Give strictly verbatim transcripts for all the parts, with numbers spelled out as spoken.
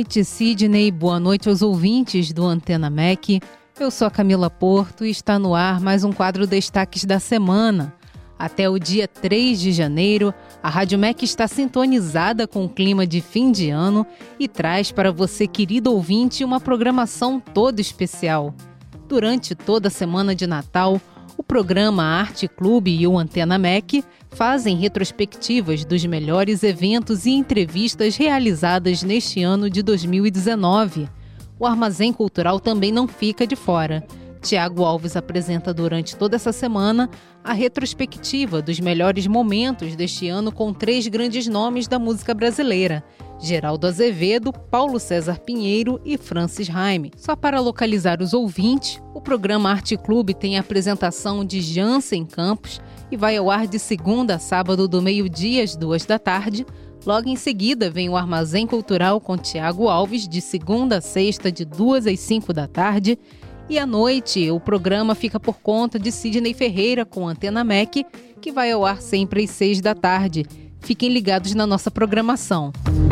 noite, Sidney. Boa noite aos ouvintes do Antena M E C. Eu sou a Camila Porto e está no ar mais um quadro Destaques da Semana. Até o dia três de janeiro, a Rádio M E C está sintonizada com o clima de fim de ano e traz para você, querido ouvinte, uma programação toda especial. Durante toda a semana de Natal, o programa Arte Clube e o Antena M E C fazem retrospectivas dos melhores eventos e entrevistas realizadas neste ano de dois mil e dezenove. O Armazém Cultural também não fica de fora. Tiago Alves apresenta durante toda essa semana a retrospectiva dos melhores momentos deste ano com três grandes nomes da música brasileira: Geraldo Azevedo, Paulo César Pinheiro e Francis Raime. Só para localizar os ouvintes, o programa Arte Clube tem a apresentação de Jansen Campos e vai ao ar de segunda a sábado do meio-dia às duas da tarde. Logo em seguida vem o Armazém Cultural com Tiago Alves, de segunda a sexta, de duas às cinco da tarde. E à noite, o programa fica por conta de Sidney Ferreira com Antena M E C, que vai ao ar sempre às seis da tarde. Fiquem ligados na nossa programação.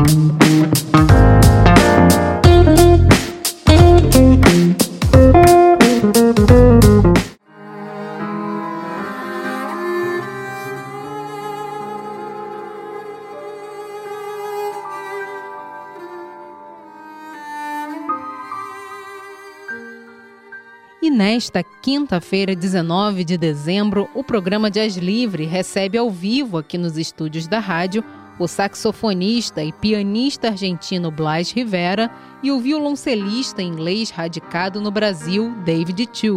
E nesta quinta-feira, dezenove de dezembro, o programa Jazz Livre recebe ao vivo aqui nos estúdios da rádio o saxofonista e pianista argentino Blas Rivera e o violoncelista inglês radicado no Brasil, David Chiu.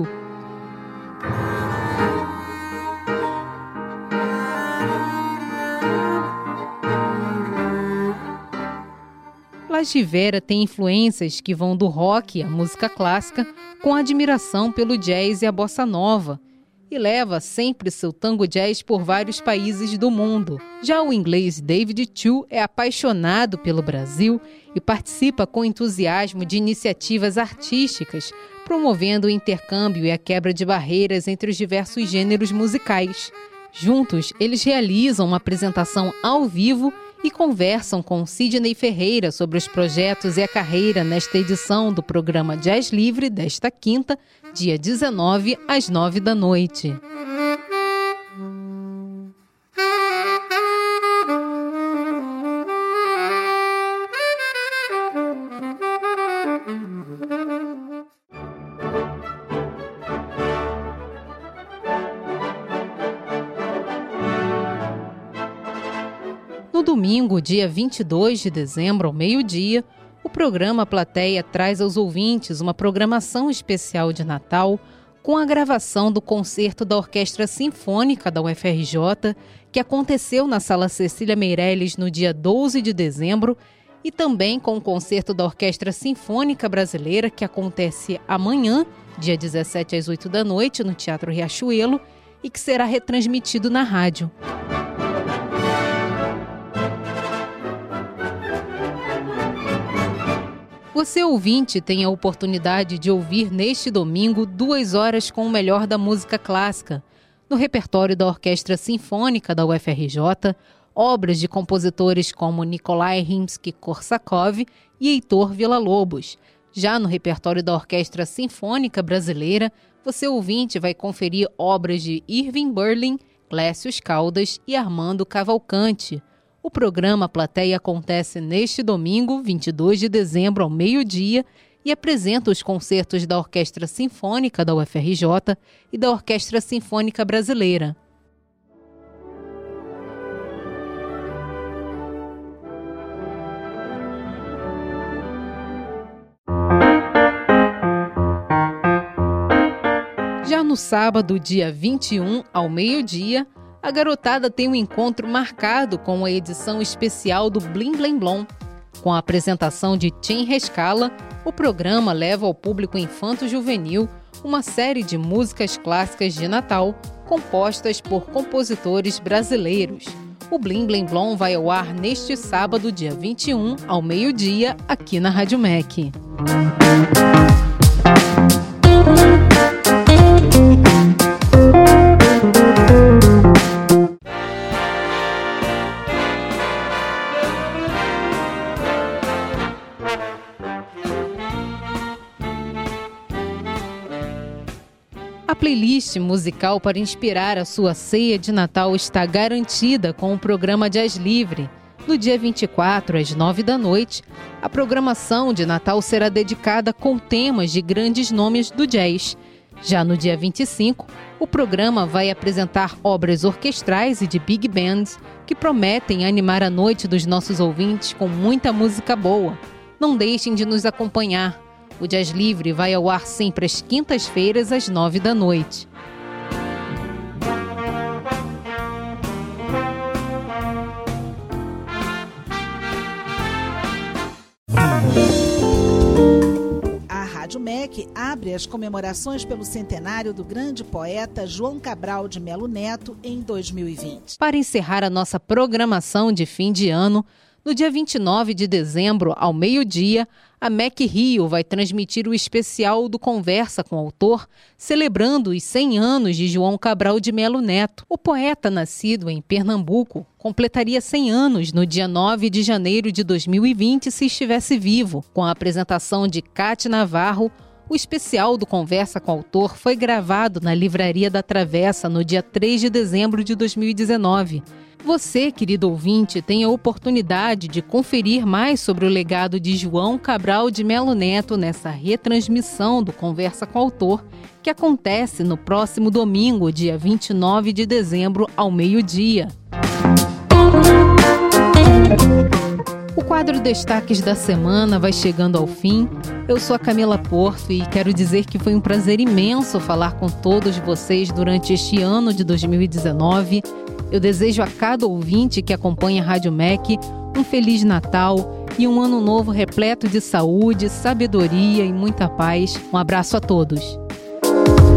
Blas Rivera tem influências que vão do rock à música clássica, com admiração pelo jazz e a bossa nova, e leva sempre seu tango jazz por vários países do mundo. Já o inglês David Chiu é apaixonado pelo Brasil e participa com entusiasmo de iniciativas artísticas, promovendo o intercâmbio e a quebra de barreiras entre os diversos gêneros musicais. Juntos, eles realizam uma apresentação ao vivo e conversam com Sidney Ferreira sobre os projetos e a carreira nesta edição do programa Jazz Livre desta quinta, dia dezenove, às nove da noite. No domingo, dia vinte e dois de dezembro, ao meio-dia, o programa Plateia traz aos ouvintes uma programação especial de Natal com a gravação do concerto da Orquestra Sinfônica da U F R J, que aconteceu na Sala Cecília Meirelles no dia doze de dezembro, e também com o concerto da Orquestra Sinfônica Brasileira, que acontece amanhã, dia dezessete às oito da noite, no Teatro Riachuelo, e que será retransmitido na rádio. Você, ouvinte, tem a oportunidade de ouvir neste domingo duas horas com o melhor da música clássica. No repertório da Orquestra Sinfônica da U F R J, obras de compositores como Nikolai Rimsky-Korsakov e Heitor Villa-Lobos. Já no repertório da Orquestra Sinfônica Brasileira, você, ouvinte, vai conferir obras de Irving Berlin, Clécio Caldas e Armando Cavalcante. O programa Plateia acontece neste domingo, vinte e dois de dezembro, ao meio-dia, e apresenta os concertos da Orquestra Sinfônica da U F R J e da Orquestra Sinfônica Brasileira. Já no sábado, dia vinte e um, ao meio-dia, a garotada tem um encontro marcado com a edição especial do Blim Blim Blom. Com a apresentação de Tim Rescala, o programa leva ao público infanto-juvenil uma série de músicas clássicas de Natal, compostas por compositores brasileiros. O Blim Blim Blom vai ao ar neste sábado, dia vinte e um, ao meio-dia, aqui na Rádio M E C. A playlist musical para inspirar a sua ceia de Natal está garantida com o programa Jazz Livre. No dia vinte e quatro, às nove da noite, a programação de Natal será dedicada com temas de grandes nomes do jazz. Já no dia vinte e cinco, o programa vai apresentar obras orquestrais e de big bands que prometem animar a noite dos nossos ouvintes com muita música boa. Não deixem de nos acompanhar. O Jazz Livre vai ao ar sempre às quintas-feiras, às nove da noite. A Rádio M E C abre as comemorações pelo centenário do grande poeta João Cabral de Melo Neto em dois mil e vinte. Para encerrar a nossa programação de fim de ano, no dia vinte e nove de dezembro, ao meio-dia, a M E C Rio vai transmitir o especial do Conversa com o Autor, celebrando os cem anos de João Cabral de Melo Neto. O poeta, nascido em Pernambuco, completaria cem anos no dia nove de janeiro de dois mil e vinte se estivesse vivo. Com a apresentação de Cátia Navarro, o especial do Conversa com o Autor foi gravado na Livraria da Travessa no dia três de dezembro de dois mil e dezenove. Você, querido ouvinte, tem a oportunidade de conferir mais sobre o legado de João Cabral de Melo Neto nessa retransmissão do Conversa com o Autor, que acontece no próximo domingo, dia vinte e nove de dezembro, ao meio-dia. O quadro Destaques da Semana vai chegando ao fim. Eu sou a Camila Porto e quero dizer que foi um prazer imenso falar com todos vocês durante este ano de dois mil e dezenove. Eu desejo a cada ouvinte que acompanha a Rádio M E C um Feliz Natal e um ano novo repleto de saúde, sabedoria e muita paz. Um abraço a todos.